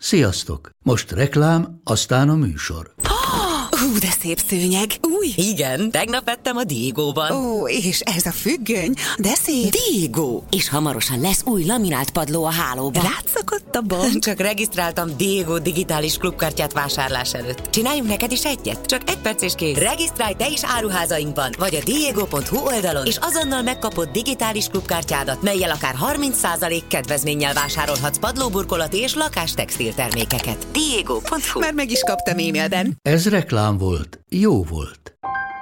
Sziasztok! Most reklám, aztán a műsor. De szép szőnyeg. Új? Igen, tegnap vettem a Diegóban. Ó, és ez a függöny, de szép. Diegó! És hamarosan lesz új laminált padló a hálóban. Rátszakadt a bank. Csak regisztráltam Diegó digitális klubkártyát vásárlás előtt. Csináljunk neked is egyet? Csak 1 perc és kész. Regisztrálj te is áruházainkban, vagy a diego.hu oldalon, és azonnal megkapod digitális klubkártyádat, mellyel akár 30% kedvezménnyel vásárolhatsz padlóburkolati és lakástextil termékeket. Diego.hu. Már meg is kaptam e-mailben. Ez reklám volt, jó volt.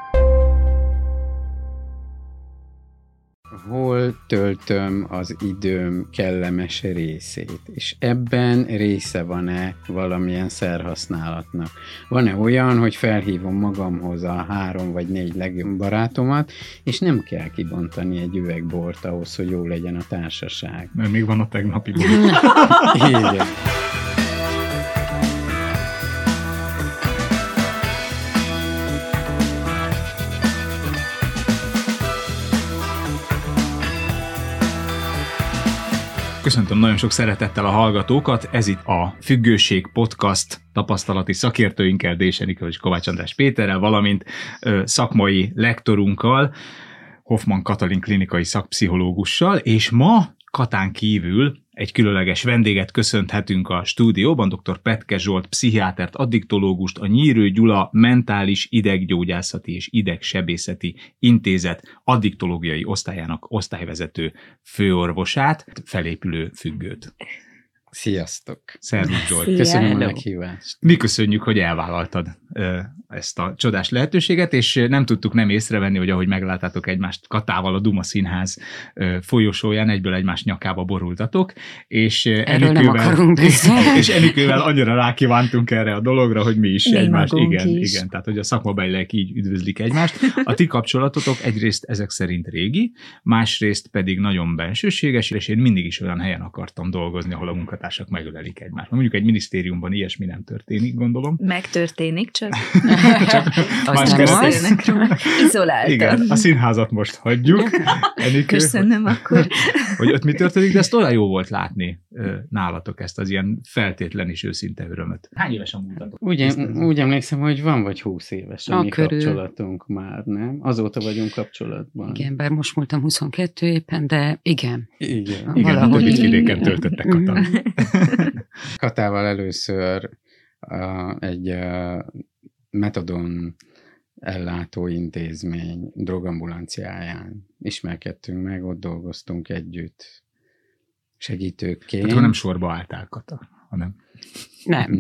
Hol töltöm az időm kellemes részét, és ebben része van-e valamilyen szerhasználatnak? Van-e olyan, hogy felhívom magamhoz a 3 vagy 4 legjobb barátomat, és nem kell kibontani egy üveg bort ahhoz, hogy jó legyen a társaság? Mert még van a tegnapi bor. Igen. Köszöntöm nagyon sok szeretettel a hallgatókat, ez itt a Függőség Podcast tapasztalati szakértőinkkel, Dése Nikol és Kovács András Péterrel, valamint szakmai lektorunkkal, Hoffman Katalin klinikai szakpszichológussal, és ma Katán kívül egy különleges vendéget köszönhetünk a stúdióban, dr. Petke Zsolt, pszichiátert, addiktológust, a Nyírő Gyula Mentális Ideggyógyászati és Idegsebészeti Intézet addiktológiai osztályának osztályvezető főorvosát, felépülő függőt. Sziasztok! Szervusz Zsolt! Szia. Köszönöm a meghívást! Mi köszönjük, hogy elvállaltad ezt a csodás lehetőséget, és nem tudtuk nem észrevenni, hogy ahogy megláttátok egymást Katával a Duma Színház folyosóján, egyből egymás nyakába borultatok, és Enikővel annyira rákívántunk erre a dologra, hogy mi is egymást, igen, tehát hogy a szakmabeliek így üdvözlik egymást. A ti kapcsolatotok egyrészt ezek szerint régi, másrészt pedig nagyon bensőséges, és én mindig is olyan helyen akartam dolgozni, ahol a munkatársak megölelik egymást. Mondjuk egy minisztériumban ilyesmi nem történik, gondolom. Megtörténik, csak más beszélnek róla. Izoláltan. Igen, a színházat most hagyjuk. Enikő, köszönöm akkor. Hogy ott mi történik, de ezt olyan jó volt látni nálatok ezt az ilyen feltétlen és őszinte örömöt. Hány évesen múltatok? Úgy emlékszem, hogy van vagy 20 éves a mi kapcsolatunk már, nem? Azóta vagyunk kapcsolatban. Igen, bár most múltam 22 éppen, de igen. Igen, többit vidéken töltöttek Katán. Katával először egy metadon ellátó intézmény drogambulanciáján ismerkedtünk meg, ott dolgoztunk együtt segítőként. Tehát nem sorba álltál, Kata, hanem... Nem.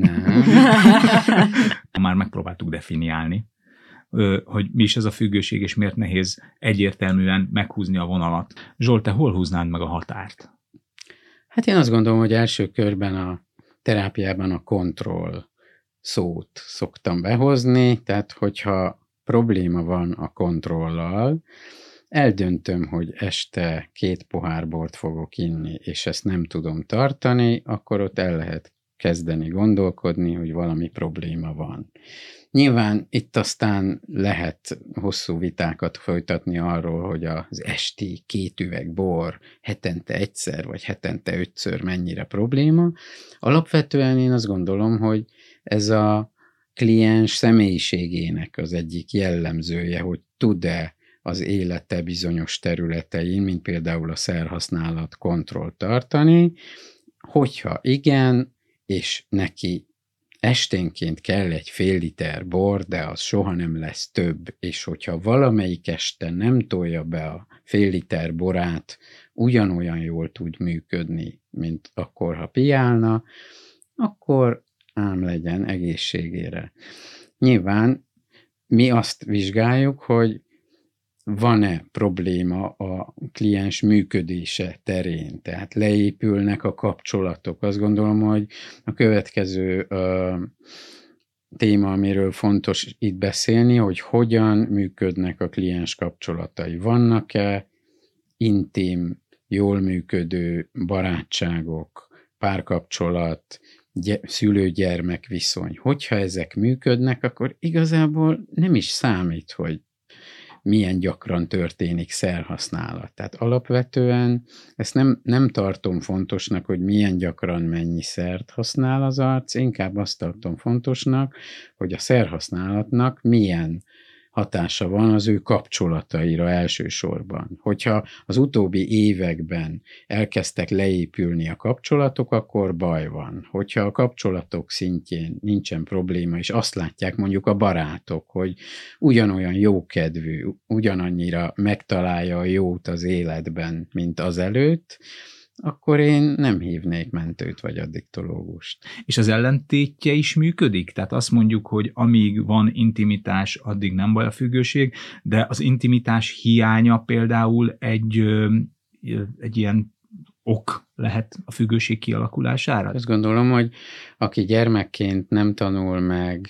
Már megpróbáltuk definiálni, hogy mi is ez a függőség, és miért nehéz egyértelműen meghúzni a vonalat. Zsolt, te hol húznád meg a határt? Hát én azt gondolom, hogy első körben a terápiában a kontroll szót szoktam behozni, tehát hogyha probléma van a kontrollal, eldöntöm, hogy este 2 pohár bort fogok inni, és ezt nem tudom tartani, akkor ott el lehet kezdeni gondolkodni, hogy valami probléma van. Nyilván itt aztán lehet hosszú vitákat folytatni arról, hogy az esti 2 üveg bor hetente 1-szer, vagy hetente 5-ször mennyire probléma. Alapvetően én azt gondolom, hogy ez a kliens személyiségének az egyik jellemzője, hogy tud-e az élete bizonyos területein, mint például a szerhasználat kontrollt tartani, hogyha igen, és neki esténként kell egy fél liter bor, de az soha nem lesz több, és hogyha valamelyik este nem tolja be a fél liter borát, ugyanolyan jól tud működni, mint akkor, ha piálna, akkor ám legyen egészségére. Nyilván mi azt vizsgáljuk, hogy van-e probléma a kliens működése terén, tehát leépülnek a kapcsolatok. Azt gondolom, hogy a következő téma, amiről fontos itt beszélni, hogy hogyan működnek a kliens kapcsolatai. Vannak-e intim, jól működő barátságok, párkapcsolat, szülő-gyermek viszony. Hogyha ezek működnek, akkor igazából nem is számít, hogy milyen gyakran történik szerhasználat. Tehát alapvetően ezt nem tartom fontosnak, hogy milyen gyakran mennyi szert használ az arc, inkább azt tartom fontosnak, hogy a szerhasználatnak milyen hatása van az ő kapcsolataira elsősorban. Hogyha az utóbbi években elkezdtek leépülni a kapcsolatok, akkor baj van. Hogyha a kapcsolatok szintjén nincsen probléma, és azt látják mondjuk a barátok, hogy ugyanolyan jókedvű, ugyanannyira megtalálja a jót az életben, mint azelőtt, akkor én nem hívnék mentőt vagy addiktológust. És az ellentétje is működik? Tehát azt mondjuk, hogy amíg van intimitás, addig nem baj a függőség, de az intimitás hiánya például egy ilyen ok lehet a függőség kialakulására? Azt gondolom, hogy aki gyermekként nem tanul meg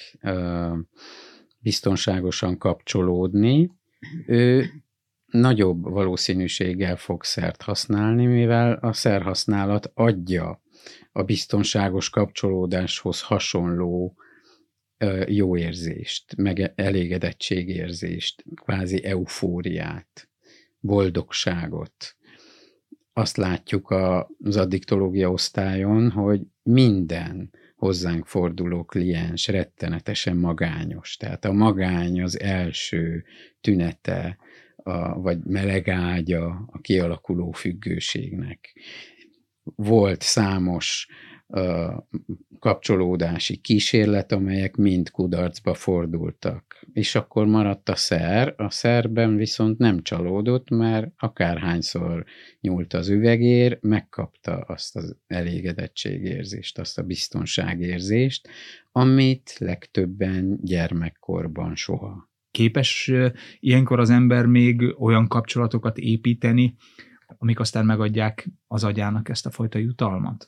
biztonságosan kapcsolódni, ő nagyobb valószínűséggel fog szert használni, mivel a szerhasználat adja a biztonságos kapcsolódáshoz hasonló jó érzést, meg elégedettségérzést, kvázi eufóriát, boldogságot. Azt látjuk az addiktológia osztályon, hogy minden hozzánk forduló kliens rettenetesen magányos. Tehát a magány az első tünete, vagy meleg ágya a kialakuló függőségnek. Volt számos kapcsolódási kísérlet, amelyek mind kudarcba fordultak. És akkor maradt a szerben viszont nem csalódott, mert akárhányszor nyúlt az üvegér, megkapta azt az elégedettségérzést, azt a biztonságérzést, amit legtöbben gyermekkorban soha. Képes ilyenkor az ember még olyan kapcsolatokat építeni, amik aztán megadják az agyának ezt a fajta jutalmat?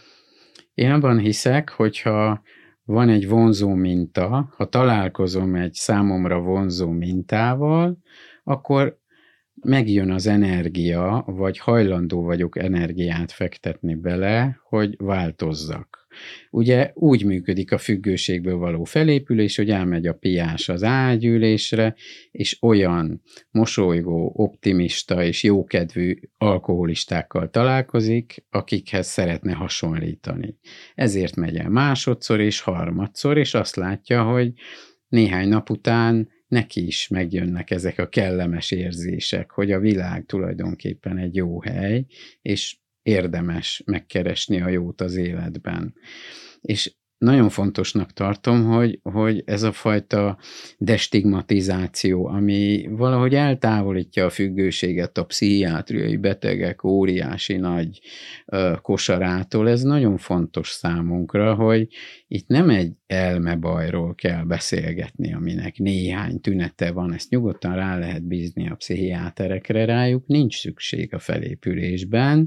Én abban hiszek, hogyha van egy vonzó minta, ha találkozom egy számomra vonzó mintával, akkor megjön az energia, vagy hajlandó vagyok energiát fektetni bele, hogy változzak. Ugye úgy működik a függőségből való felépülés, hogy elmegy a piás az ágyülésre, és olyan mosolygó, optimista és jókedvű alkoholistákkal találkozik, akikhez szeretne hasonlítani. Ezért megy el másodszor és harmadszor, és azt látja, hogy néhány nap után neki is megjönnek ezek a kellemes érzések, hogy a világ tulajdonképpen egy jó hely, és érdemes megkeresni a jót az életben. És nagyon fontosnak tartom, hogy ez a fajta destigmatizáció, ami valahogy eltávolítja a függőséget a pszichiátriai betegek óriási nagy kosarától, ez nagyon fontos számunkra, hogy itt nem egy elmebajról kell beszélgetni, aminek néhány tünete van, ezt nyugodtan rá lehet bízni a pszichiáterekre, rájuk nincs szükség a felépülésben.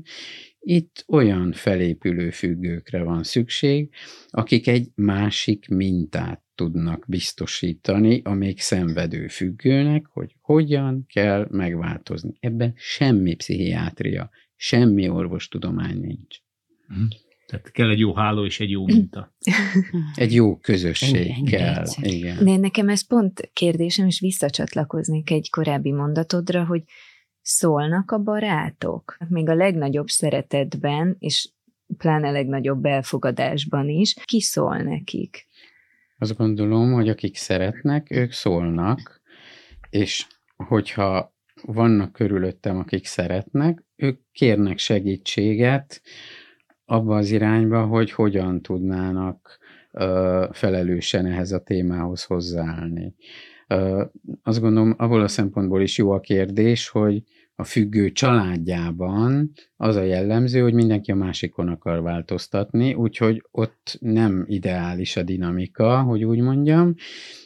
Itt olyan felépülő függőkre van szükség, akik egy másik mintát tudnak biztosítani a még szenvedő függőnek, hogy hogyan kell megváltozni. Ebben semmi pszichiátria, semmi orvostudomány nincs. Tehát kell egy jó háló és egy jó minta. Egy jó közösség kell. Igen. De nekem ez pont kérdésem, és visszacsatlakoznék egy korábbi mondatodra, hogy szólnak a barátok? Még a legnagyobb szeretetben, és pláne legnagyobb elfogadásban is, ki szól nekik? Azt gondolom, hogy akik szeretnek, ők szólnak, és hogyha vannak körülöttem, akik szeretnek, ők kérnek segítséget abba az irányba, hogy hogyan tudnának felelősen ehhez a témához hozzáállni. Azt gondolom, abból a szempontból is jó a kérdés, hogy a függő családjában az a jellemző, hogy mindenki a másikon akar változtatni, úgyhogy ott nem ideális a dinamika, hogy úgy mondjam,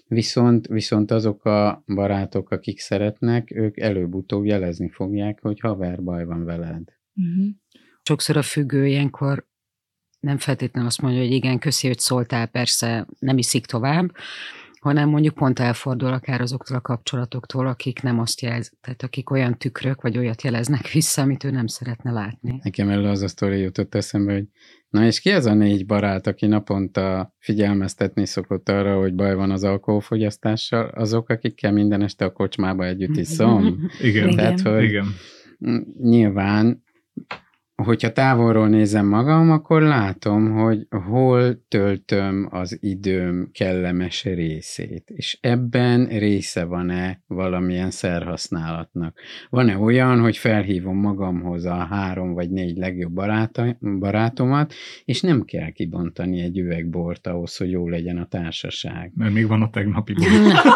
viszont azok a barátok, akik szeretnek, ők előbb-utóbb jelezni fogják, hogy haver, baj van veled. Uh-huh. Sokszor a függő ilyenkor nem feltétlenül azt mondja, hogy igen, köszi, hogy szóltál, persze nem iszik tovább, hanem mondjuk pont elfordul akár azoktól a kapcsolatoktól, akik nem azt jelzik, tehát akik olyan tükrök, vagy olyat jeleznek vissza, amit ő nem szeretne látni. Nekem erről az a sztori jutott eszembe, hogy na és ki az a 4 barát, aki naponta figyelmeztetni szokott arra, hogy baj van az alkoholfogyasztással, azok, akikkel minden este a kocsmába együtt iszom? Igen. Tehát, hogy Igen. nyilván, hogyha távolról nézem magam, akkor látom, hogy hol töltöm az időm kellemes részét, és ebben része van-e valamilyen szerhasználatnak. Van-e olyan, hogy felhívom magamhoz a 3 vagy 4 legjobb barátomat, és nem kell kibontani egy üveg bort ahhoz, hogy jó legyen a társaság. Mert még van a tegnapi bor.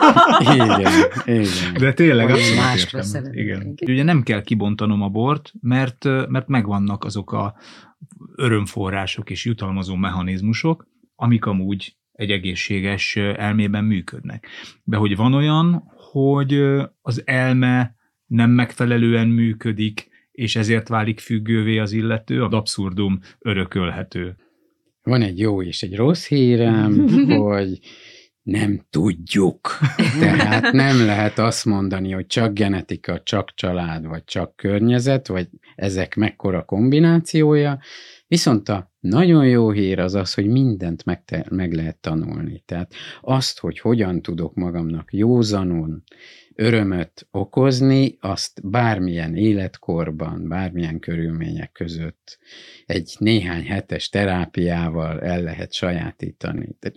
Igen. De tényleg Vagy abszolút másra értem. szeretnék. Igen. Ugye nem kell kibontanom a bort, mert megvannak azok a örömforrások és jutalmazó mechanizmusok, amik amúgy egy egészséges elmében működnek. De hogy van olyan, hogy az elme nem megfelelően működik, és ezért válik függővé az illető, az abszurdum örökölhető. Van egy jó és egy rossz hírem, hogy nem tudjuk. Tehát nem lehet azt mondani, hogy csak genetika, csak család, vagy csak környezet, vagy ezek mekkora kombinációja. Viszont a nagyon jó hír az, hogy mindent meg lehet tanulni. Tehát azt, hogy hogyan tudok magamnak józanul örömöt okozni, azt bármilyen életkorban, bármilyen körülmények között egy néhány hetes terápiával el lehet sajátítani. Tehát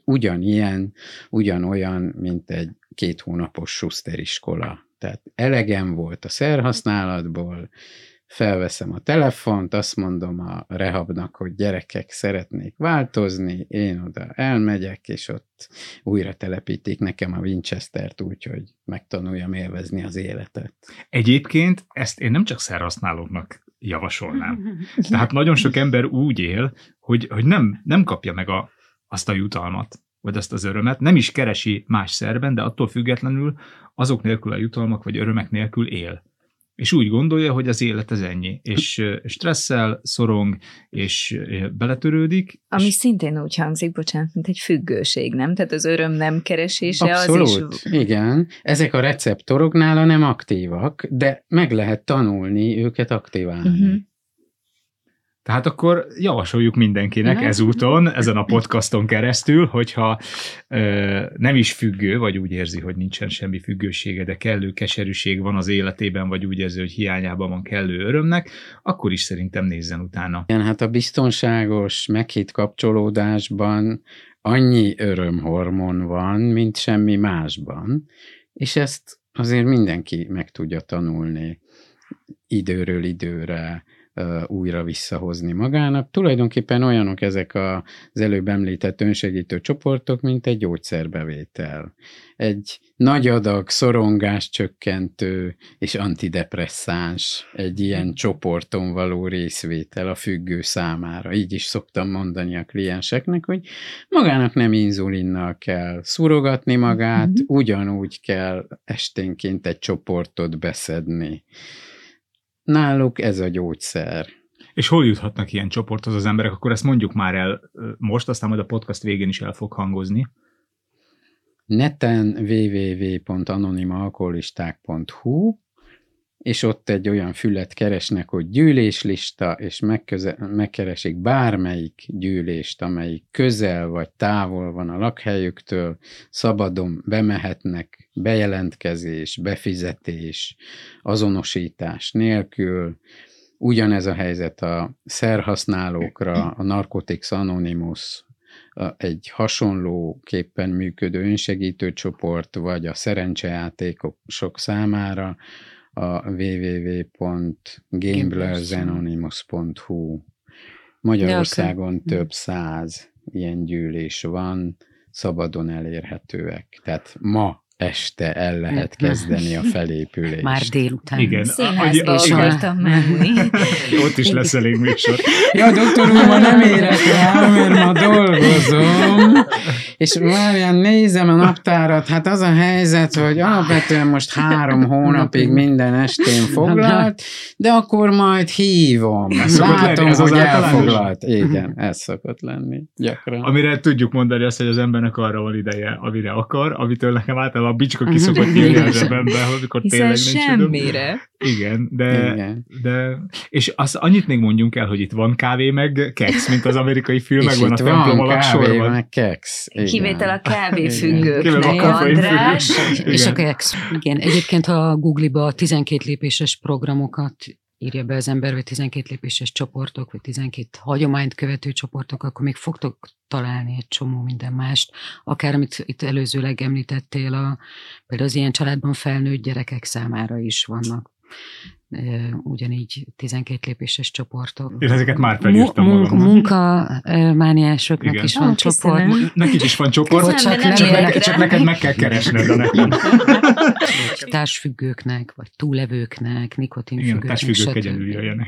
ugyanolyan, mint egy 2 hónapos Schuster-iskola. Tehát elegem volt a szerhasználatból, felveszem a telefont, azt mondom a rehabnak, hogy gyerekek, szeretnék változni, én oda elmegyek, és ott újra telepítik nekem a Winchestert úgy, hogy megtanuljam élvezni az életet. Egyébként ezt én nem csak szerhasználóknak javasolnám. Tehát nagyon sok ember úgy él, hogy nem kapja meg azt a jutalmat, vagy azt az örömet, nem is keresi más szerben, de attól függetlenül azok nélkül a jutalmak vagy örömek nélkül él. És úgy gondolja, hogy az élet ez ennyi. És stresszel, szorong, és beletörődik. Ami szintén úgy hangzik, bocsánat, mint egy függőség, nem? Tehát az öröm nem keresése Abszolút, az is... igen. Ezek a receptorok nála nem aktívak, de meg lehet tanulni őket aktiválni. Uh-huh. Tehát akkor javasoljuk mindenkinek ezúton, ezen a podcaston keresztül, hogyha nem is függő, vagy úgy érzi, hogy nincsen semmi függősége, de kellő keserűség van az életében, vagy úgy érzi, hogy hiányában van kellő örömnek, akkor is szerintem nézzen utána. Igen, hát a biztonságos, meghitt kapcsolódásban annyi örömhormon van, mint semmi másban, és ezt azért mindenki meg tudja tanulni időről időre, újra visszahozni magának. Tulajdonképpen olyanok ezek az előbb említett önsegítő csoportok, mint egy gyógyszerbevétel. Egy nagy adag szorongás csökkentő és antidepresszáns egy ilyen csoporton való részvétel a függő számára. Így is szoktam mondani a klienseknek, hogy magának nem inzulinnal kell szurogatni magát, ugyanúgy kell esténként egy csoportot beszedni. Náluk ez a gyógyszer. És hol juthatnak ilyen csoporthoz az emberek? Akkor ezt mondjuk már el most, aztán majd a podcast végén is el fog hangozni. Neten www.anonimalkoholisták.hu, és ott egy olyan fület keresnek, hogy gyűléslista, és megkeresik bármelyik gyűlést, amelyik közel vagy távol van a lakhelyüktől, szabadon bemehetnek, bejelentkezés, befizetés, azonosítás nélkül. Ugyanez a helyzet a szerhasználókra, a Narcotics Anonymous, egy hasonlóképpen működő önsegítő csoport, vagy a szerencsejátékosok számára a www.gamblersanonymous.hu. Magyarországon több 100 ilyen gyűlés van, szabadon elérhetőek. Tehát ma este el lehet kezdeni a felépülést. Már délután. Igen. Színházba akartam menni. Ott is lesz elég műsor. Ja, doktor úr, ma nem érek rá, mert ma dolgozom. hívom, és várján, nézem a naptárat, hát az a helyzet, hogy alapvetően most 3 hónapig minden estén foglalt, de akkor majd hívom. Látom, hogy elfoglalt. Igen, ez szokott lenni gyakran. Amire tudjuk mondani azt, hogy az embernek arra van ideje, amire akar, amitől nekem általában a bicska ki szokott nyílni a zsebembe, amikor tényleg nincs semmire. Igen, de és azt annyit még mondjunk el, hogy itt van kávé meg keksz, mint az amerikai filmekben a templom alatt sorban. Kávé meg keksz. Kivétel a kávéfüggőknek, András. És a keksz. Igen, egyébként ha a Google-ba 12 lépéses programokat írja be az ember, vagy 12 lépéses csoportok, vagy 12 hagyományt követő csoportok, akkor még fogtok találni egy csomó minden mást. Akár, amit itt előzőleg említettél, például az ilyen családban felnőtt gyerekek számára is vannak ugyanígy 12 lépéses csoportok. És ezeket már felírtam magam. Munkamániásoknak is van csoport. Nekik is van csoport, csak neked meg kell keresned a nekem. Társfüggőknek, vagy túlevőknek, nikotinfüggőknek. Igen, társfüggők egyedül jöjjenek.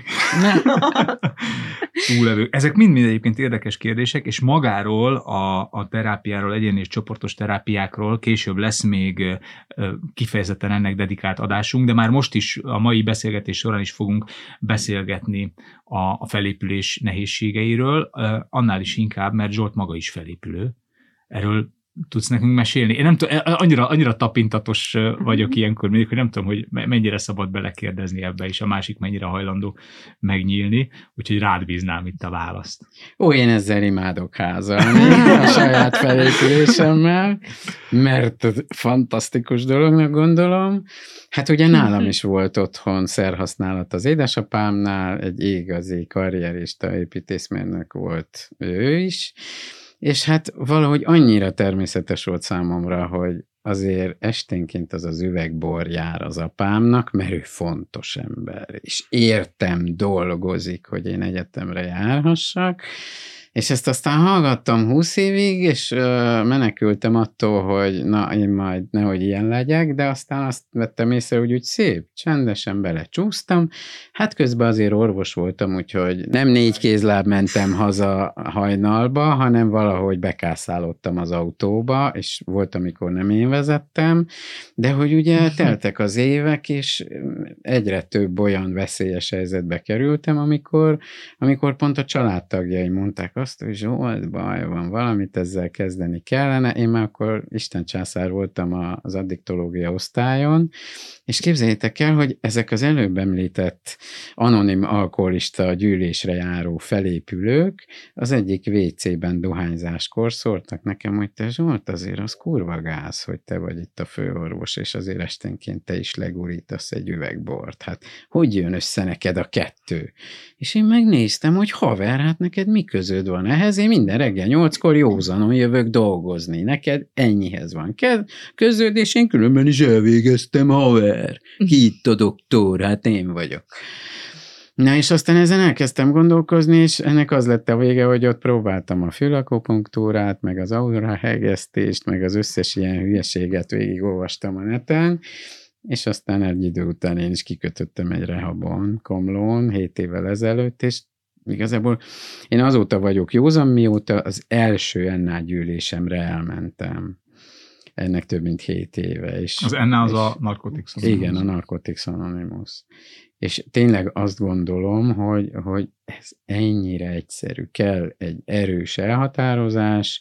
Túlevők. Ezek mind egyébként érdekes kérdések, és magáról a terápiáról, egyéni és csoportos terápiákról később lesz még kifejezetten ennek dedikált adásunk, de már most is a mai beszélgetés során is fogunk beszélgetni a felépülés nehézségeiről, annál is inkább, mert Zsolt maga is felépülő. Erről tudsz nekünk mesélni? Én nem tudom, annyira tapintatos vagyok ilyenkor mindig, hogy nem tudom, hogy mennyire szabad belekérdezni ebbe, és a másik mennyire hajlandó megnyílni, úgyhogy rád bíznám itt a választ. Én ezzel imádok házalni a saját felépülésemmel, mert fantasztikus dolognak gondolom. Hát ugye nálam is volt otthon szerhasználat az édesapámnál, egy igazi karrierista építészmérnök volt ő is, és hát valahogy annyira természetes volt számomra, hogy azért esténként az üvegbor jár az apámnak, mert ő fontos ember, és értem dolgozik, hogy én egyetemre járhassak, és ezt aztán hallgattam 20 évig, és menekültem attól, hogy én majd nehogy ilyen legyek, de aztán azt vettem észre, hogy úgy szép, csendesen belecsúsztam. Hát közben azért orvos voltam, úgyhogy nem 4 kézláb mentem haza hajnalba, hanem valahogy bekászálódtam az autóba, és volt, amikor nem én vezettem, de hogy ugye teltek az évek, és egyre több olyan veszélyes helyzetbe kerültem, amikor pont a családtagjaim mondták azt, hogy Zsolt, baj van, valamit ezzel kezdeni kellene. Én már akkor Isten császár voltam az addiktológia osztályon, és képzeljétek el, hogy ezek az előbb említett anonim alkoholista gyűlésre járó felépülők az egyik WC-ben dohányzáskor szóltak nekem, hogy te Zsolt, azért az kurva gáz, hogy te vagy itt a főorvos, és azért esténként te is legurítasz egy üvegbort. Hát hogy jön össze neked a kettő? És én megnéztem, hogy haver, hát neked mi közöd van ehhez? Én minden reggel 8-kor józanon jövök dolgozni. Neked ennyihez van közöd, és én különben is elvégeztem, haver. Ki itt a doktor? Hát én vagyok. Na és aztán ezen elkezdtem gondolkozni, és ennek az lett a vége, hogy ott próbáltam a fülakupunktúrát, meg az aurahegesztést, meg az összes ilyen hülyeséget végigolvastam a neten, és aztán egy idő után én is kikötöttem egy rehabon, Komlón, 7 évvel ezelőtt, és igazából én azóta vagyok józan, mióta az első NA gyűlésemre elmentem. Ennek több mint 7 éve. És, az NA az a Narcotics Anonymous. Igen, a Narcotics Anonymous. És tényleg azt gondolom, hogy ez ennyire egyszerű. Kell egy erős elhatározás,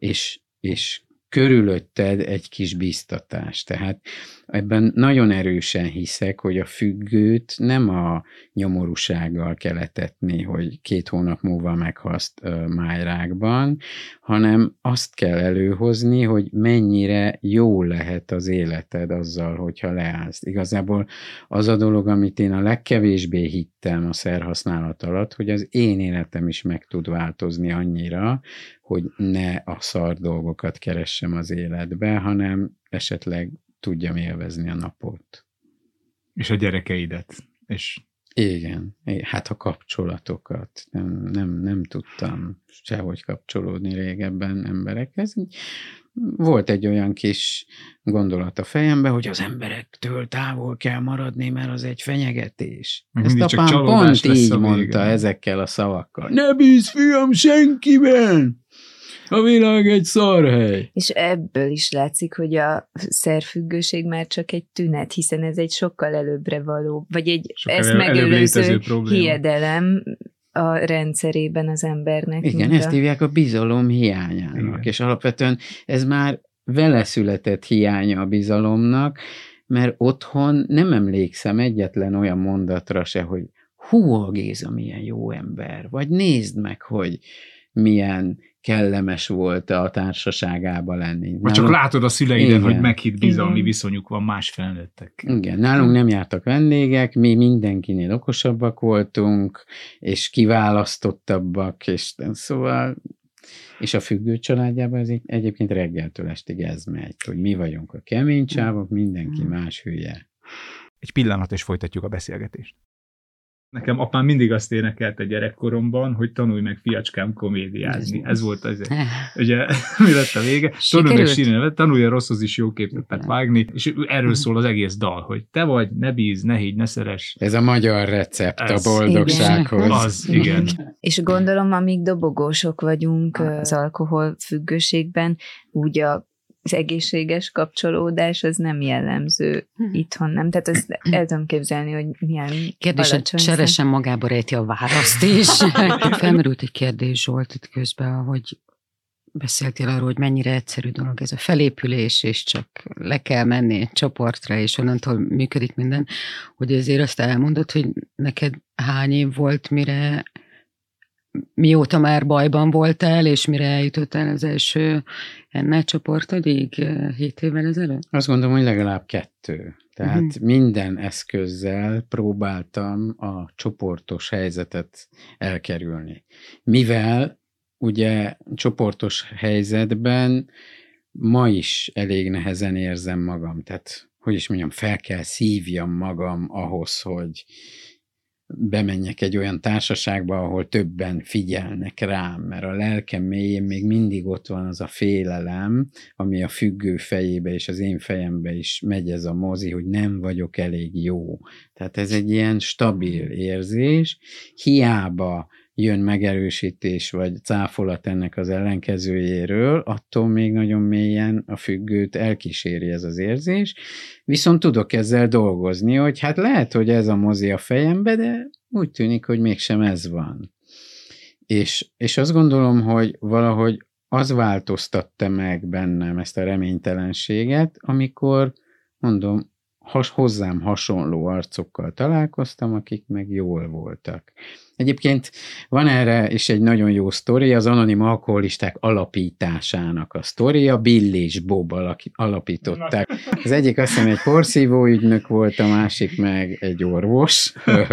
és körülötted egy kis biztatás. Tehát ebben nagyon erősen hiszek, hogy a függőt nem a nyomorúsággal kell etetni, hogy 2 hónap múlva meghalsz májrákban, hanem azt kell előhozni, hogy mennyire jó lehet az életed azzal, hogyha leállsz. Igazából az a dolog, amit én a legkevésbé hittem a szerhasználat alatt, hogy az én életem is meg tud változni annyira, hogy ne a szar dolgokat keressem az életbe, hanem esetleg tudjam élvezni a napot. És a gyerekeidet. És... Igen, hát a kapcsolatokat. Nem tudtam sehogy kapcsolódni régebben emberekhez. Volt egy olyan kis gondolat a fejemben, hogy az emberektől távol kell maradni, mert az egy fenyegetés. Ezt apám pont így mondta ezekkel a szavakkal. Ne bízz, fiam, senkiben! A világ egy szarhely. És ebből is látszik, hogy a szerfüggőség már csak egy tünet, hiszen ez egy sokkal előbbre való, vagy egy ezt megelőző hiedelem a rendszerében az embernek. Igen, ezt hívják a bizalom hiányának, igen. És alapvetően ez már vele született hiánya a bizalomnak, mert otthon nem emlékszem egyetlen olyan mondatra se, hogy hú, a Géza milyen jó ember, vagy nézd meg, hogy milyen kellemes volt a társaságában lenni. Vagy csak látod a szüleiden, hogy meghitt bizalmi viszonyuk van más felnőttek. Igen, nálunk nem jártak vendégek, mi mindenkinél okosabbak voltunk, és kiválasztottabbak, és szóval, és a függő családjában ez egyébként reggeltől estig ez megy, hogy mi vagyunk a kemény csávok, mindenki más hülye. Egy pillanat, és folytatjuk a beszélgetést. Nekem apám mindig azt énekelte gyerekkoromban, hogy tanulj meg, fiacskám, komédiázni. Ez volt az, ugye, mi lett a vége. Tanulj meg sírni, tanulj a rosszhoz is jó képet vágni, és erről szól az egész dal, hogy te vagy, ne bízz, ne higgy, ne szeress. Ez a magyar recept a boldogsághoz. Igen. Az, igen. És gondolom, amíg dobogósok vagyunk az alkoholfüggőségben, úgy az egészséges kapcsolódás az nem jellemző itthon, nem? Tehát ezt el tudom képzelni, hogy milyen kérdés, alacsony cseresen magába rejti a választ is. Felmerült egy kérdés, Zsolt, itt közben, hogy beszéltél arról, hogy mennyire egyszerű dolog ez a felépülés, és csak le kell menni egy csoportra, és onnantól működik minden, hogy azért azt elmondod, hogy neked hány év volt, mióta már bajban voltál, és mire eljutottál az első ennél csoportodig 7 évvel ezelőtt? Azt gondolom, hogy legalább 2. Tehát minden eszközzel próbáltam a csoportos helyzetet elkerülni. Mivel ugye csoportos helyzetben ma is elég nehezen érzem magam, tehát hogy is mondjam, fel kell szívjam magam ahhoz, hogy bemenjek egy olyan társaságba, ahol többen figyelnek rám, mert a lelkem mélyén még mindig ott van az a félelem, ami a függő fejébe és az én fejembe is megy ez a mozi, hogy nem vagyok elég jó. Tehát ez egy ilyen stabil érzés, hiába jön megerősítés vagy cáfolat ennek az ellenkezőjéről, attól még nagyon mélyen a függőt elkíséri ez az érzés, viszont tudok ezzel dolgozni, hogy hát lehet, hogy ez a mozi a fejembe, de úgy tűnik, hogy mégsem ez van. És azt gondolom, hogy valahogy az változtatta meg bennem ezt a reménytelenséget, amikor, mondom, hozzám hasonló arcokkal találkoztam, akik meg jól voltak. Egyébként van erre is egy nagyon jó sztori, az anonim alkoholisták alapításának a sztoria, Bill és Bob alapították. Az egyik azt hiszem egy porszívó ügynök volt, a másik meg egy orvos.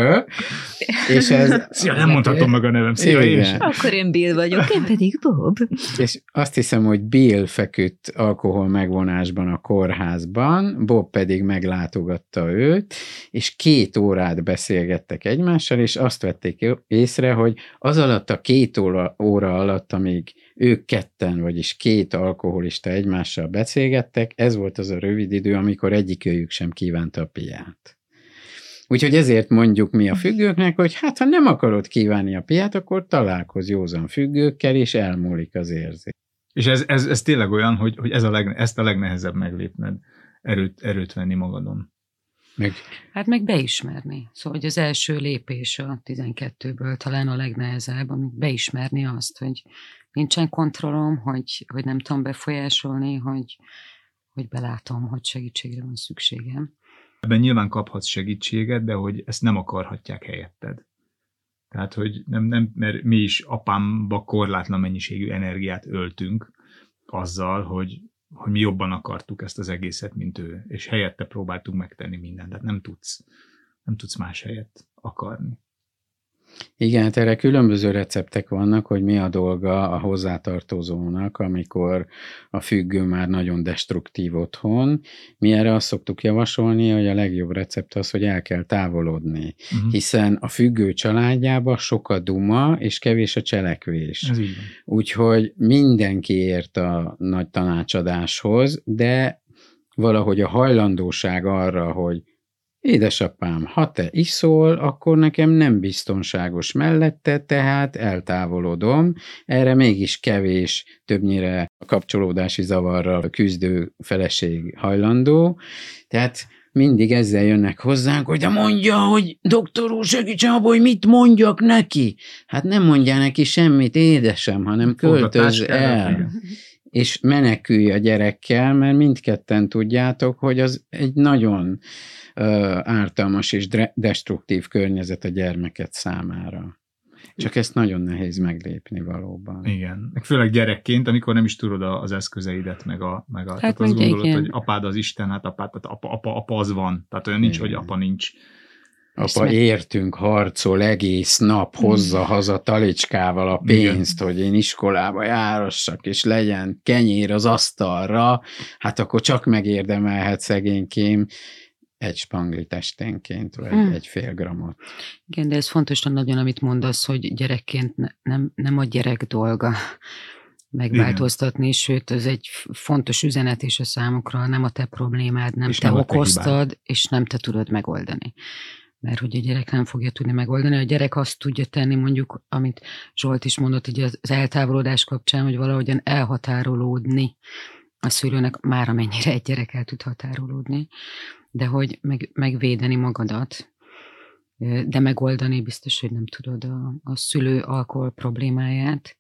És ez... Szia, nem mondhatom meg a nevem. Szia, én is. Akkor én Bill vagyok, én pedig Bob. És azt hiszem, hogy Bill feküdt alkohol megvonásban a kórházban, Bob pedig meglátogatta őt, és 2 órát beszélgettek egymással, és azt vették észre, hogy az alatt a 2 óra alatt, amíg ők ketten, vagyis 2 alkoholista egymással beszélgettek, ez volt az a rövid idő, amikor egyikőjük sem kívánta a piát. Úgyhogy ezért mondjuk mi a függőknek, hogy hát ha nem akarod kívánni a piát, akkor találkozz józan függőkkel, és elmúlik az érzés. És ez tényleg olyan, hogy ezt a legnehezebb meglépned, erőt venni magadon. Meg beismerni. Szóval hogy az első lépés a 12-ből talán a legnehezebb, amit beismerni azt, hogy nincsen kontrollom, hogy nem tudom befolyásolni, hogy belátom, hogy segítségre van szükségem. Ebben nyilván kaphatsz segítséget, de hogy ezt nem akarhatják helyetted. Tehát, hogy nem, mert mi is apámba korlátlan mennyiségű energiát öltünk azzal, hogy mi jobban akartuk ezt az egészet, mint ő, és helyette próbáltunk megtenni mindent, tehát nem tudsz más helyet akarni. Igen, hát erre különböző receptek vannak, hogy mi a dolga a hozzátartozónak, amikor a függő már nagyon destruktív otthon. Mi erre azt szoktuk javasolni, hogy a legjobb recept az, hogy el kell távolodni, hiszen a függő családjában sok a duma, és kevés a cselekvés. Ez így van. Úgyhogy mindenki ért a nagy tanácsadáshoz, de valahogy a hajlandóság arra, hogy édesapám, ha te iszol, akkor nekem nem biztonságos mellette, tehát eltávolodom. Erre mégis kevés, többnyire a kapcsolódási zavarral küzdő feleség hajlandó. Tehát mindig ezzel jönnek hozzánk, hogy de mondja, hogy doktor úr, segítsen abba, hogy mit mondjak neki. Hát nem mondjál neki semmit, édesem, hanem költöz el. És menekülj a gyerekkel, mert mindketten tudjátok, hogy az egy nagyon ártalmas és destruktív környezet a gyermeket számára. Csak ezt nagyon nehéz meglépni valóban. Igen. Főleg gyerekként, amikor nem is tudod az eszközeidet, meg a hát tehát azt gondolod, hogy apád az Isten, hát apa az van. Tehát olyan nincs, hogy apa nincs. Apa értünk harcol egész nap, hozza haza talicskával a pénzt, igen, hogy én iskolába járassak, és legyen kenyér az asztalra, hát akkor csak megérdemelhet szegénykém egy spanglit esténként, vagy egy fél grammot. Igen, de ez fontos nagyon, amit mondasz, hogy gyerekként nem a gyerek dolga megváltoztatni, sőt, ez egy fontos üzenet is a számukra, nem a te problémád, nem te okoztad, és nem te tudod megoldani. Mert hogy a gyerek nem fogja tudni megoldani, a gyerek azt tudja tenni, mondjuk, amit Zsolt is mondott, hogy az eltávolodás kapcsán, hogy valahogyan elhatárolódni a szülőnek, már amennyire egy gyerek el tud határolódni, de hogy megvédeni magadat, de megoldani biztos, hogy nem tudod a szülő alkohol problémáját.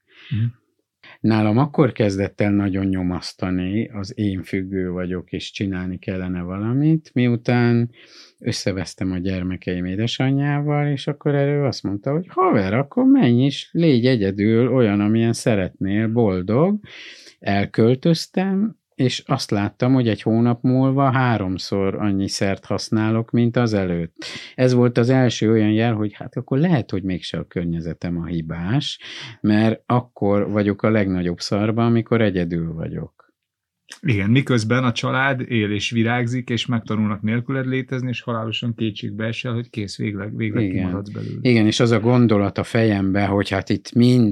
Nálam akkor kezdett el nagyon nyomasztani, az én függő vagyok, és csinálni kellene valamit, miután összevesztem a gyermekeim édesanyjával, és akkor erről azt mondta, hogy haver, akkor menj is, légy egyedül olyan, amilyen szeretnél, boldog. Elköltöztem, és azt láttam, hogy egy hónap múlva 3-szor annyi szert használok, mint az előtt. Ez volt az első olyan jel, hogy hát akkor lehet, hogy mégse a környezetem a hibás, mert akkor vagyok a legnagyobb szarban, amikor egyedül vagyok. Igen, miközben a család él és virágzik, és megtanulnak nélküled létezni, és halálosan kétségbe esel, hogy kész, végleg kimaradsz belőle. Igen, és az a gondolat a fejembe, hogy hát itt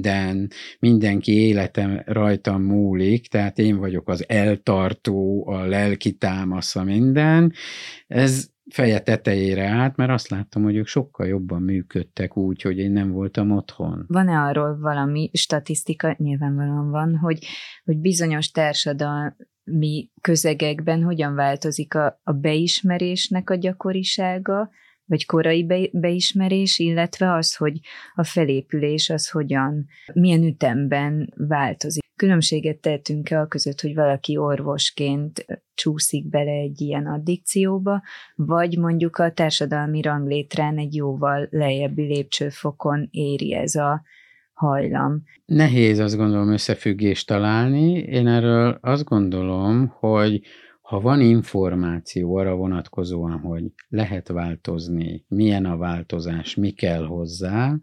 mindenki életem rajtam múlik, tehát én vagyok az eltartó, a lelki támasza, minden. Ez feje tetejére állt, mert azt láttam, hogy ők sokkal jobban működtek úgy, hogy én nem voltam otthon. Van-e arról valami statisztika, nyilvánvalóan van, hogy bizonyos társadalmi közegekben hogyan változik a beismerésnek a gyakorisága, vagy korai beismerés, illetve az, hogy a felépülés az milyen ütemben változik. Különbséget tehetünk-e a között, hogy valaki orvosként csúszik bele egy ilyen addikcióba, vagy mondjuk a társadalmi ranglétrán egy jóval lejjebbi lépcsőfokon éri ez a hajlam. Nehéz, azt gondolom, összefüggést találni. Én erről azt gondolom, hogy ha van információ arra vonatkozóan, hogy lehet változni, milyen a változás, mi kell hozzá,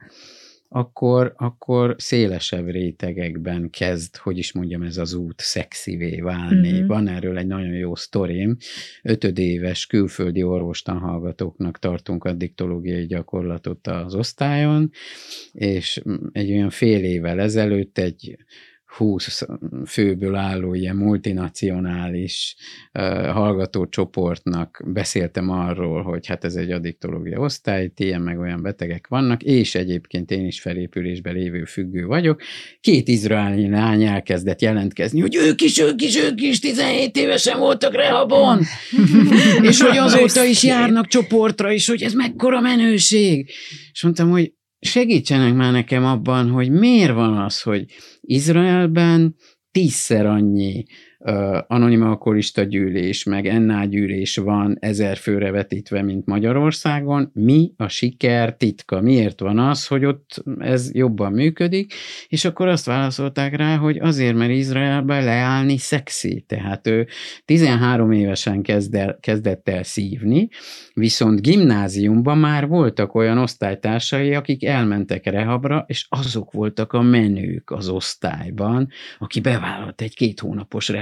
akkor szélesebb rétegekben kezd, hogy is mondjam, ez az út szexivé válni. Van erről egy nagyon jó sztorim. 5 éves külföldi orvostanhallgatóknak tartunk addiktológiai gyakorlatot az osztályon, és egy olyan fél évvel ezelőtt egy 20 főből álló ilyen multinacionális hallgatócsoportnak beszéltem arról, hogy hát ez egy addiktológia osztály, ilyen meg olyan betegek vannak, és egyébként én is felépülésben lévő függő vagyok. 2 izraeli lány elkezdett jelentkezni, hogy ők is 17 évesen voltak rehabon, és hogy azóta is járnak csoportra, és hogy ez mekkora menőség. És mondtam, hogy segítsenek már nekem abban, hogy miért van az, hogy Izraelben 10-szer annyi anonim alkoholista gyűlés, meg NA gyűlés van 1000 főre vetítve, mint Magyarországon. Mi a siker titka? Miért van az, hogy ott ez jobban működik? És akkor azt válaszolták rá, hogy azért, mert Izraelben leállni szexi. Tehát ő 13 évesen kezdett el szívni, viszont gimnáziumban már voltak olyan osztálytársai, akik elmentek rehabra, és azok voltak a menők az osztályban, aki bevállalt egy 2 hónapos rehab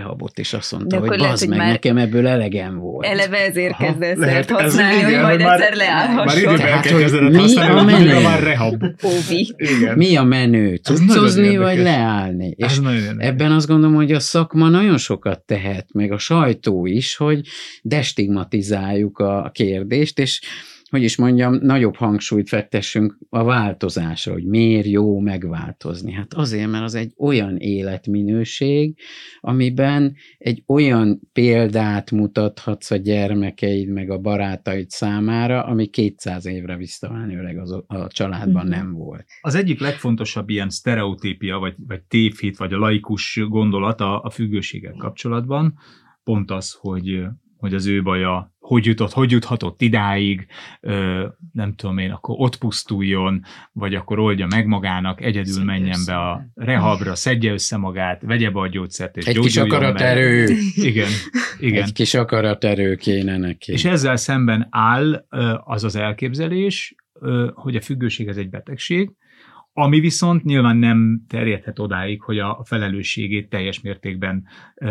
rehabot, és azt mondta, De hogy akkor lehet, bazd hogy meg, már nekem ebből elegem volt. Eleve ezért kezd lehet, szert ez használni, igen, hogy majd már- egyszer leállhasson. Már időben Tehát, kell kezdened mi használni, a hogy menő? már rehab. Óvi. Igen. Mi a menő? Ez nagyon Cuccozni vagy érdekes. leállni? Ez És nagyon érdekes. ebben azt gondolom, hogy a szakma nagyon sokat tehet, meg a sajtó is, hogy destigmatizáljuk a kérdést, és hogy is mondjam, nagyobb hangsúlyt fektessünk a változásra, hogy miért jó megváltozni. Hát azért, mert az egy olyan életminőség, amiben egy olyan példát mutathatsz a gyermekeid, meg a barátaid számára, ami 200 évre visszamenőleg a családban nem volt. Az egyik legfontosabb ilyen sztereotípia, vagy tévhit, vagy a laikus gondolat a függőséggel kapcsolatban, pont az, hogy az ő baja, hogy juthatott idáig, nem tudom én, akkor ott pusztuljon, vagy akkor oldja meg magának, egyedül Szedje menjen össze be a magát. rehabra, szedje össze magát, vegye be a gyógyszert, és Egy kis gyógyuljon meg. akaraterő. Igen, igen. Egy kis akaraterő kéne neki. És ezzel szemben áll az az elképzelés, hogy a függőség ez egy betegség, ami viszont nyilván nem terjedhet odáig, hogy a felelősségét teljes mértékben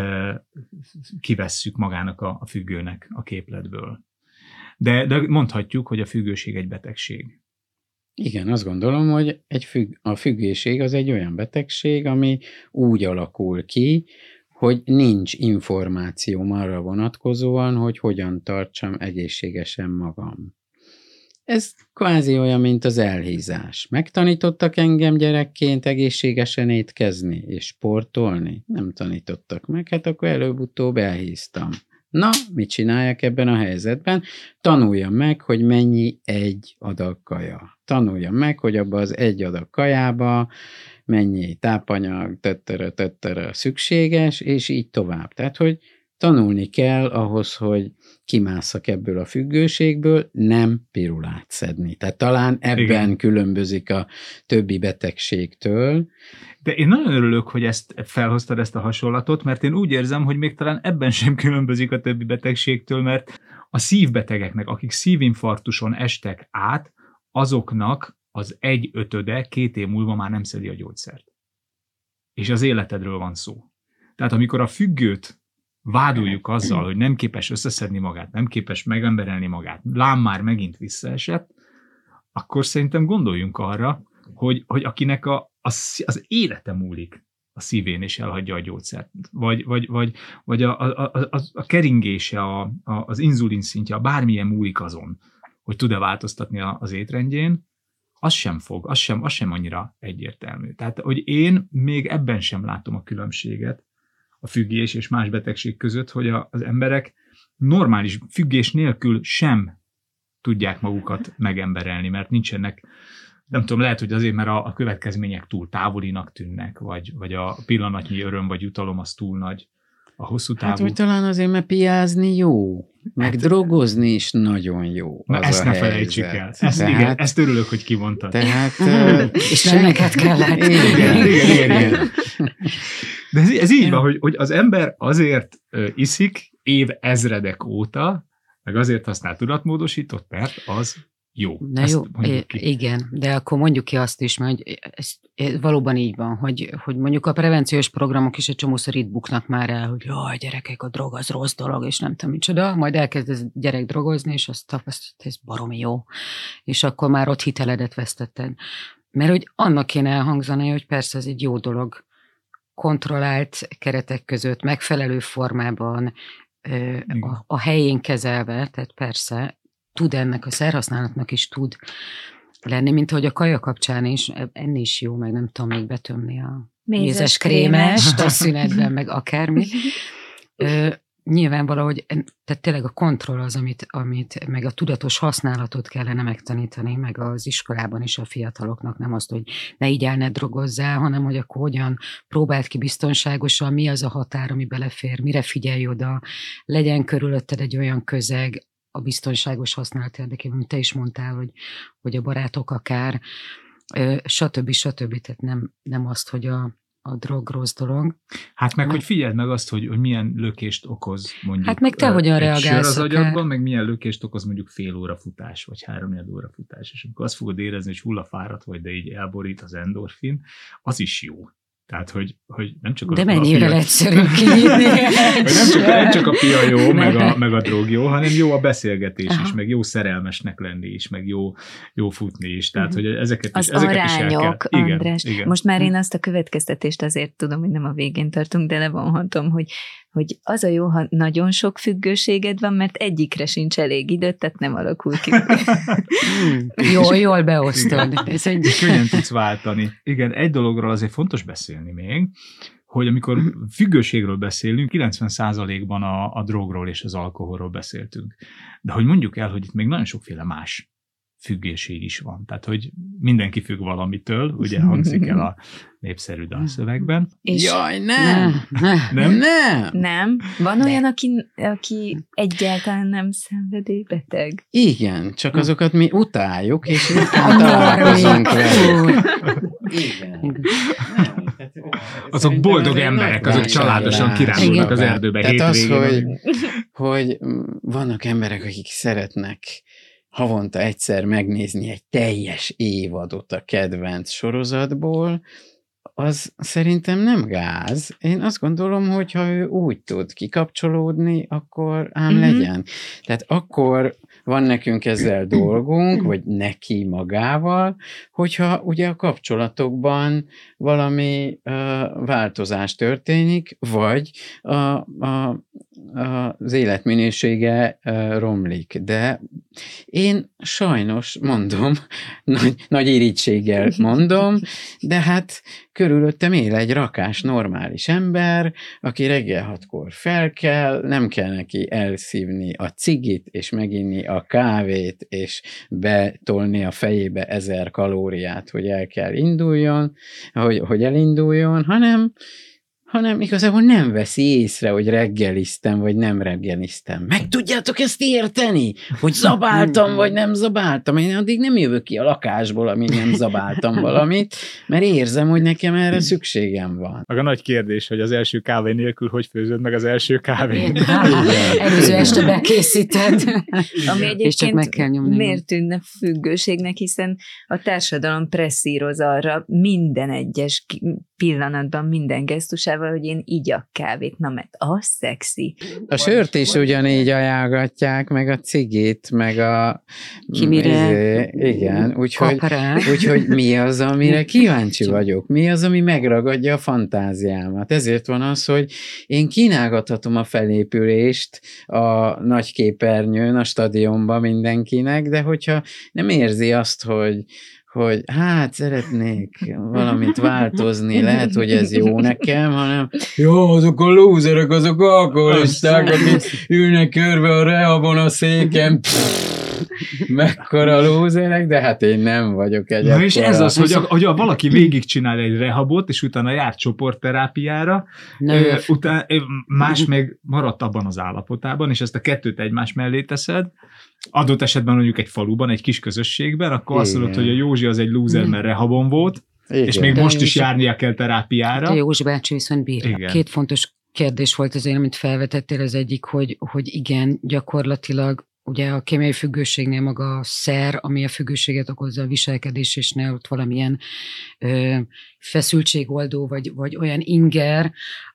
kivesszük magának a függőnek a képletből. De mondhatjuk, hogy a függőség egy betegség. Igen, azt gondolom, hogy a függőség az egy olyan betegség, ami úgy alakul ki, hogy nincs információm arra vonatkozóan, hogy hogyan tartsam egészségesen magam. Ez kvázi olyan, mint az elhízás. Megtanítottak engem gyerekként egészségesen étkezni és sportolni? Nem tanítottak meg, hát akkor előbb-utóbb elhíztam. Na, mit csináljak ebben a helyzetben? Tanuljam meg, hogy mennyi egy adag kaja. Tanuljam meg, hogy abba az egy adag kajába mennyi tápanyag, tettere szükséges, és így tovább. Tehát, hogy tanulni kell ahhoz, hogy kimásszak ebből a függőségből, nem pirulát szedni. Tehát talán ebben Igen. különbözik a többi betegségtől. De én nagyon örülök, hogy ezt felhoztad, ezt a hasonlatot, mert én úgy érzem, hogy még talán ebben sem különbözik a többi betegségtől, mert a szívbetegeknek, akik szívinfarktuson estek át, azoknak az 1/5 2 év múlva már nem szedi a gyógyszert. És az életedről van szó. Tehát amikor a függőt vádoljuk azzal, hogy nem képes összeszedni magát, nem képes megemberelni magát, lám már megint visszaesett, akkor szerintem gondoljunk arra, hogy akinek az élete múlik a szívén, és elhagyja a gyógyszert, vagy a keringése, az inzulin szintje, bármilyen múlik azon, hogy tud-e változtatni az étrendjén, az sem annyira egyértelmű. Tehát, hogy én még ebben sem látom a különbséget a függés és más betegség között, hogy az emberek normális függés nélkül sem tudják magukat megemberelni, mert nincsenek, nem tudom, lehet, hogy azért, mert a következmények túl távolinak tűnnek, vagy a pillanatnyi öröm vagy jutalom az túl nagy. A hosszú távú... Hát, hogy talán azért, mert piázni jó, meg drogozni is nagyon jó. Na, ezt ne felejtsük el. Ezt örülök, hogy kimondtad. Tehát... És nem neked kellett. Igen. De ez így van, hogy az ember azért iszik ezredek óta, meg azért használ tudatmódosított, mert az jó. Na jó, igen, de akkor mondjuk ki azt is, mert ez valóban így van, hogy mondjuk a prevenciós programok is egy csomószor itt buknak már el, hogy jaj, gyerekek, a drog az rossz dolog, és nem tudom micsoda, majd elkezd ez gyerek drogozni, és azt ez baromi jó. És akkor már ott hiteledet vesztetted. Mert hogy annak kéne elhangzani, hogy persze ez egy jó dolog, kontrollált keretek között, megfelelő formában, a helyén kezelve, tehát persze, tud ennek a szerhasználatnak is tud lenni, mint ahogy a kaja kapcsán is, enni is jó, meg nem tudom még betömni a mézes krémest a szünetben, meg akármi. Nyilván valahogy, tehát tényleg a kontroll az, amit meg a tudatos használatot kellene megtanítani, meg az iskolában is a fiataloknak, nem azt, hogy ne így ne drogozzál, hanem hogy akkor hogyan próbáld ki biztonságosan, mi az a határ, ami belefér, mire figyelj oda, legyen körülötted egy olyan közeg, a biztonságos használat érdekében, amit te is mondtál, hogy a barátok akár, stb. Tehát nem azt, hogy a drog rossz dolog. Hát meg, hogy figyeld meg azt, hogy milyen lökést okoz mondjuk. Hát meg te hogyan reagálsz sör az agyadban, meg milyen lökést okoz mondjuk fél óra futás, vagy 3-4 óra futás. És amikor azt fogod érezni, hogy hullafáradt vagy, de így elborít az endorfin, az is jó. Tehát, hogy nem csak De mennyivel egyszerűbb kiírni. nem csak a pia jó, meg a drog jó, hanem jó a beszélgetés is, meg jó szerelmesnek lenni is, meg jó futni is. Tehát, hogy ezeket az is el kell. arányok, András. Igen. Most már én azt a következtetést azért tudom, hogy nem a végén tartunk, de levonhatom, hogy az a jó, ha nagyon sok függőséged van, mert egyikre sincs elég időt, tehát nem alakul ki. Jól beosztod. Könnyen tudsz váltani. Igen, egy dologról azért fontos beszélni még, hogy amikor függőségről beszélünk, 90%-ban a drogról és az alkoholról beszéltünk. De hogy mondjuk el, hogy itt még nagyon sokféle más függőség is van. Tehát, hogy mindenki függ valamitől, ugye hangzik el a népszerű dalszövegben. Jaj, nem! Nem? Van olyan, aki egyáltalán nem szenvedélybeteg? Igen, csak azokat mi utáljuk, és ritkán találkozunk velük. Igen. Azok boldog emberek, azok családosan kirándulnak az erdőbe tehát hétvégén. az, hogy vannak emberek, akik szeretnek havonta egyszer megnézni egy teljes évadot a kedvenc sorozatból, az szerintem nem gáz. Én azt gondolom, hogy ha ő úgy tud kikapcsolódni, akkor ám legyen. Tehát akkor van nekünk ezzel dolgunk, vagy neki magával, hogyha ugye a kapcsolatokban valami változás történik, vagy az életminősége romlik. De én sajnos mondom, nagy irítséggel mondom, de hát körülöttem él egy rakás normális ember, aki reggel 6-kor felkel, nem kell neki elszívni a cigit, és meginni a kávét, és betolni a fejébe 1000 kalóriát, hogy el kell induljon, hogy elinduljon, hanem igazából nem veszi észre, hogy reggeliztem, vagy nem reggeliztem. Meg tudjátok ezt érteni? Hogy zabáltam, vagy nem zabáltam? Én addig nem jövök ki a lakásból, amíg nem zabáltam valamit, mert érzem, hogy nekem erre szükségem van. Meg a nagy kérdés, hogy az első kávé nélkül hogy főzöd meg az első kávét? Előző este bekészíted. Ami és csak meg kell nyomni. miért tűnne függőségnek, hiszen a társadalom presszíroz arra minden egyes pillanatban, minden gesztusával, hogy én igyak kávét, na mert az szexi. A sört is ugyanígy ajánlgatják, meg a cigit, meg a... Igen, úgyhogy mi az, amire kíváncsi vagyok? Mi az, ami megragadja a fantáziámat? Ezért van az, hogy én kínálgathatom a felépülést a nagy képernyőn, a stadionban mindenkinek, de hogyha nem érzi azt, hogy hát szeretnék valamit változni, lehet, hogy ez jó nekem, hanem jó, azok a lúzerek, azok alkoholisták, akik ülnek körbe a rehabon a széken, mekkora lúzerek, de hát én nem vagyok egy. Na és ez az, hogy valaki végigcsinál egy rehabot, és utána jár csoportterápiára, utána más meg maradt abban az állapotában, és ezt a kettőt egymás mellé teszed, adott esetben mondjuk egy faluban, egy kis közösségben, akkor azt mondod, hogy a Józsi az egy lúzer, mert rehabon volt, és még most is járnia kell terápiára. De Józsi bácsi viszont bír. Igen. 2 fontos kérdés volt azért, amit felvetettél, az egyik, hogy igen, gyakorlatilag ugye a kémiai függőségnél maga a szer, ami a függőséget okozza a viselkedésnél, ott valamilyen feszültségoldó, vagy olyan inger,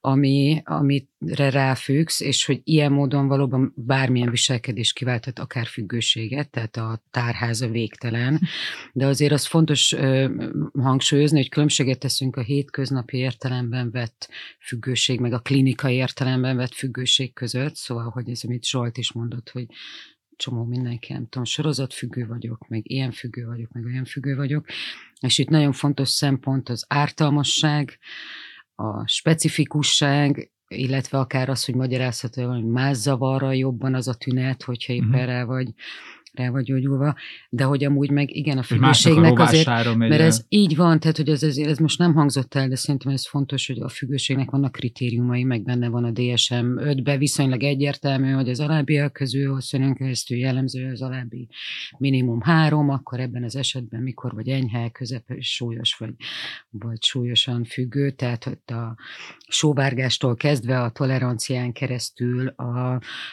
amire ráfüggsz, és hogy ilyen módon valóban bármilyen viselkedés kiválthat akár függőséget, tehát a tárháza végtelen. De azért az fontos hangsúlyozni, hogy különbséget teszünk a hétköznapi értelemben vett függőség, meg a klinikai értelemben vett függőség között, szóval, hogy ez, amit Zsolt is mondott, hogy csomó mindenki, nem tudom, sorozatfüggő vagyok, meg ilyen függő vagyok, meg olyan függő vagyok, és itt nagyon fontos szempont az ártalmasság, a specifikusság, illetve akár az, hogy magyarázható, hogy más zavarra jobban az a tünet, hogyha éppen rá vagy gyógyulva, de hogy amúgy meg igen a függőségnek azért, mert ez így van, tehát hogy ez most nem hangzott el, de szerintem ez fontos, hogy a függőségnek vannak kritériumai, meg benne van a DSM 5-ben viszonylag egyértelmű, hogy az alábbiak közül hosszún keresztül jellemző az alábbi minimum 3, akkor ebben az esetben mikor vagy enyhe, közepes, súlyos vagy súlyosan függő, tehát hogy a sóvárgástól kezdve a tolerancián keresztül a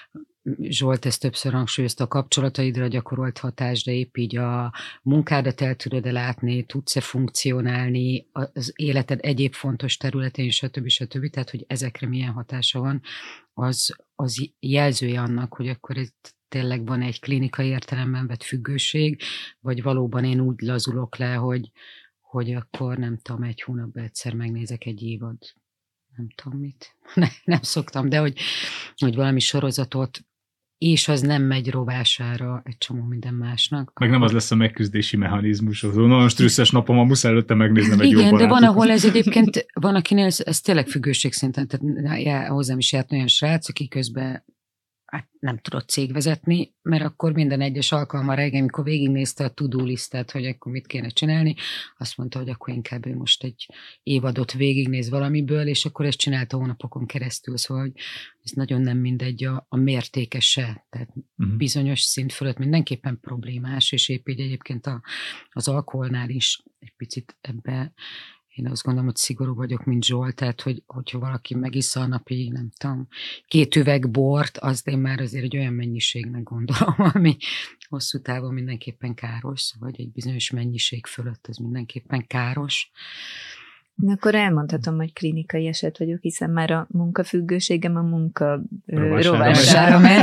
Zsolt ezt többször hangsúlyozta, a kapcsolataidra gyakorolt hatás, de épp így a munkádat el tudod látni, tudsz-e funkcionálni, az életed egyéb fontos területén, stb. Tehát, hogy ezekre milyen hatása van, az jelzője annak, hogy akkor itt tényleg van egy klinikai értelemben vett függőség, vagy valóban én úgy lazulok le, hogy akkor nem tudom, egy hónapban egyszer megnézek egy évad, nem tudom mit, nem szoktam, de hogy valami sorozatot, és az nem megy rovására egy csomó minden másnak. Meg nem az lesz a megküzdési mechanizmus, az nagyon stresszes napom, a muszáj előtte megnéznem egy jó barátot. Igen, de van, ahol ez egyébként, van akinél ez tényleg függőségszinten, tehát hozzám is járt olyan srác, aki közben nem tudott cégvezetni, mert akkor minden egyes alkalommal reggel, amikor végignézte a to-do listát, hogy akkor mit kéne csinálni, azt mondta, hogy akkor inkább ő most egy évadot végignéz valamiből, és akkor ezt csinálta hónapokon keresztül, szóval hogy ez nagyon nem mindegy a mértéke se, tehát bizonyos szint fölött mindenképpen problémás, és épp így egyébként az alkoholnál is egy picit ebbe. Én azt gondolom, hogy szigorú vagyok, mint Zsolt, tehát, hogyha valaki megissza a napi, nem tudom, 2 üveg bort, azt én már azért egy olyan mennyiségnek gondolom, ami hosszú távon mindenképpen káros, vagy egy bizonyos mennyiség fölött ez mindenképpen káros. Akkor elmondhatom, hogy klinikai eset vagyok, hiszen már a munkafüggőségem a munka rovására megy.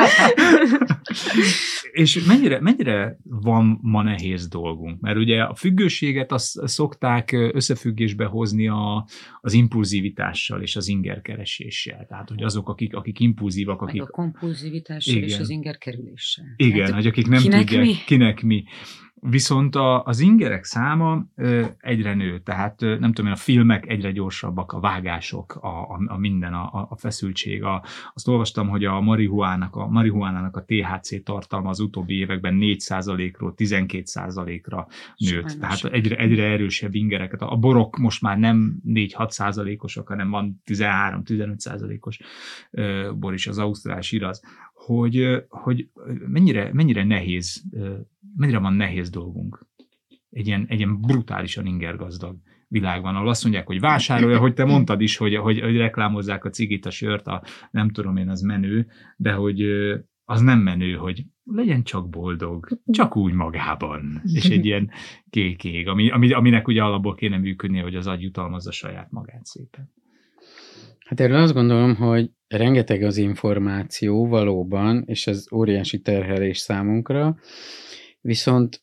És mennyire van ma nehéz dolgunk? Mert ugye a függőséget azt szokták összefüggésbe hozni az impulzivitással és az ingerkereséssel. Tehát, hogy azok, akik impulzívak, akik... Meg a kompulzivitással és az ingerkerüléssel. Igen, hát, hogy akik nem tudják, kinek mi. Viszont az ingerek száma egyre nő, tehát nem tudom én, a filmek egyre gyorsabbak, a vágások, a minden, a feszültség. Azt olvastam, hogy a marihuánának a THC tartalma az utóbbi években 4%-ról 12%-ra nőtt. Sajnos. Tehát egyre erősebb ingereket. A borok most már nem 4-6%-osak, hanem van 13-15%-os bor is, az ausztrál siraz. Hogy mennyire nehéz, mennyire van nehéz dolgunk egy ilyen brutálisan ingergazdag világban, ahol azt mondják, hogy vásárolja, hogy te mondtad is, hogy reklámozzák a cigit, a sört, nem tudom én, az menő, de hogy az nem menő, hogy legyen csak boldog, csak úgy magában, és egy ilyen kék ég, aminek ugye alapból kéne működnie, hogy az agy jutalmazza saját magát szépen. Hát erről azt gondolom, hogy rengeteg az információ valóban, és ez óriási terhelés számunkra, viszont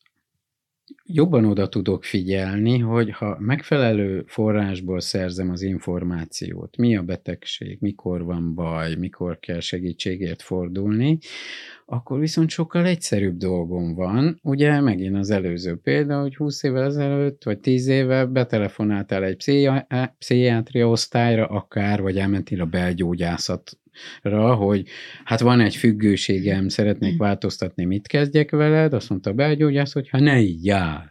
jobban oda tudok figyelni, hogy ha megfelelő forrásból szerzem az információt, mi a betegség, mikor van baj, mikor kell segítségért fordulni, akkor viszont sokkal egyszerűbb dolgom van. Ugye megint az előző példa, hogy 20 évvel ezelőtt, vagy 10 éve betelefonáltál egy pszichiátria osztályra akár, vagy elmentél a belgyógyászatra, hogy hát van egy függőségem, szeretnék változtatni, mit kezdjek veled? Azt mondta a belgyógyász, hogy ha ne így jár.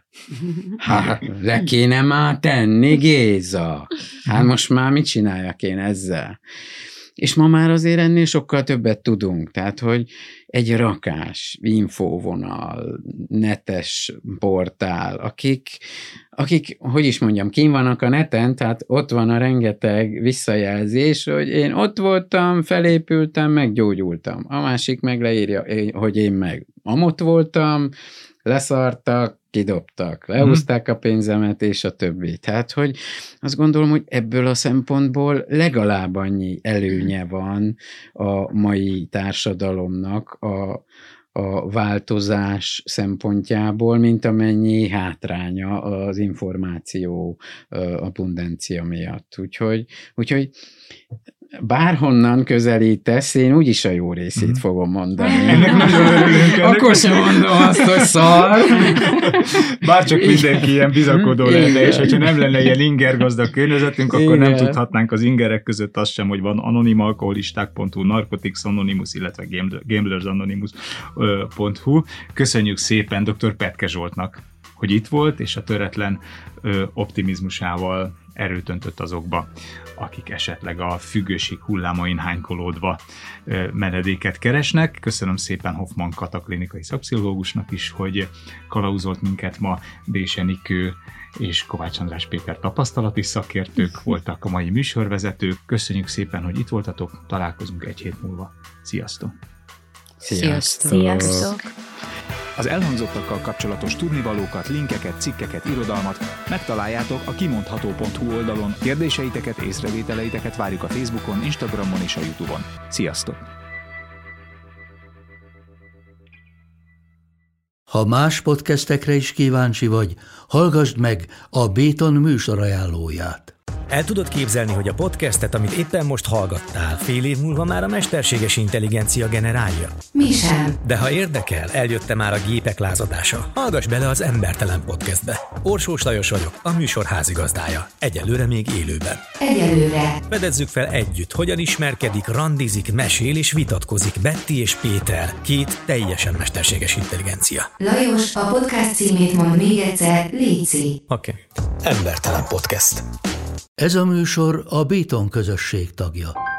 Hát le kéne már tenni, Géza. Hát most már mit csináljak én ezzel? És ma már azért ennél sokkal többet tudunk, tehát, hogy egy rakás, infóvonal, netes portál, akik, hogy is mondjam, kín vannak a neten, tehát ott van a rengeteg visszajelzés, hogy én ott voltam, felépültem, meggyógyultam. A másik meg leírja, hogy én meg amott voltam, leszartak, kidobtak, lehúzták a pénzemet, és a többi. Tehát, hogy azt gondolom, hogy ebből a szempontból legalább annyi előnye van a mai társadalomnak a változás szempontjából, mint amennyi hátránya az információ abundancia miatt. Úgyhogy bárhonnan közelítesz, én úgyis a jó részét fogom mondani. Ennek nagyon örülünk. Akkor sem mondom azt, hogy szar. Bárcsak mindenki ilyen bizakodó lenne, és hogyha nem lenne ilyen ingergazdag környezetünk, akkor nem tudhatnánk az ingerek között azt sem, hogy van anonimalkoholisták.hu, Narcotics Anonymous, illetve gamblersanonymous.hu. Köszönjük szépen dr. Petke Zsoltnak, hogy itt volt, és a töretlen optimizmusával erőt öntött azokba, akik esetleg a függőség hullámain hánykolódva menedéket keresnek. Köszönöm szépen Hoffman Kata klinikai szakpszichológusnak is, hogy kalauzolt minket ma. Dése Nikő és Kovács András Péter tapasztalati szakértők voltak a mai műsorvezetők. Köszönjük szépen, hogy itt voltatok, találkozunk egy hét múlva. Sziasztok! Sziasztok! Sziasztok! Az elhangzottakkal kapcsolatos tudnivalókat, linkeket, cikkeket, irodalmat megtaláljátok a kimondható.hu oldalon. Kérdéseiteket, észrevételeiteket várjuk a Facebookon, Instagramon és a YouTube-on. Sziasztok! Ha más podcastekre is kíváncsi vagy, hallgassd meg a Béton műsor ajánlóját. El tudod képzelni, hogy a podcastet, amit éppen most hallgattál, fél év múlva már a mesterséges intelligencia generálja? Mi sem. De ha érdekel, eljött már a gépek lázadása. Hallgass bele az Embertelen Podcastbe. Orsós Lajos vagyok, a műsor házigazdája. Egyelőre még élőben. Egyelőre. Fedezzük fel együtt, hogyan ismerkedik, randizik, mesél és vitatkozik Betty és Péter, két teljesen mesterséges intelligencia. Lajos, a podcast címét mond még egyszer, léci. Oké. Embertelen Podcast. Ez a műsor a Béton közösség tagja.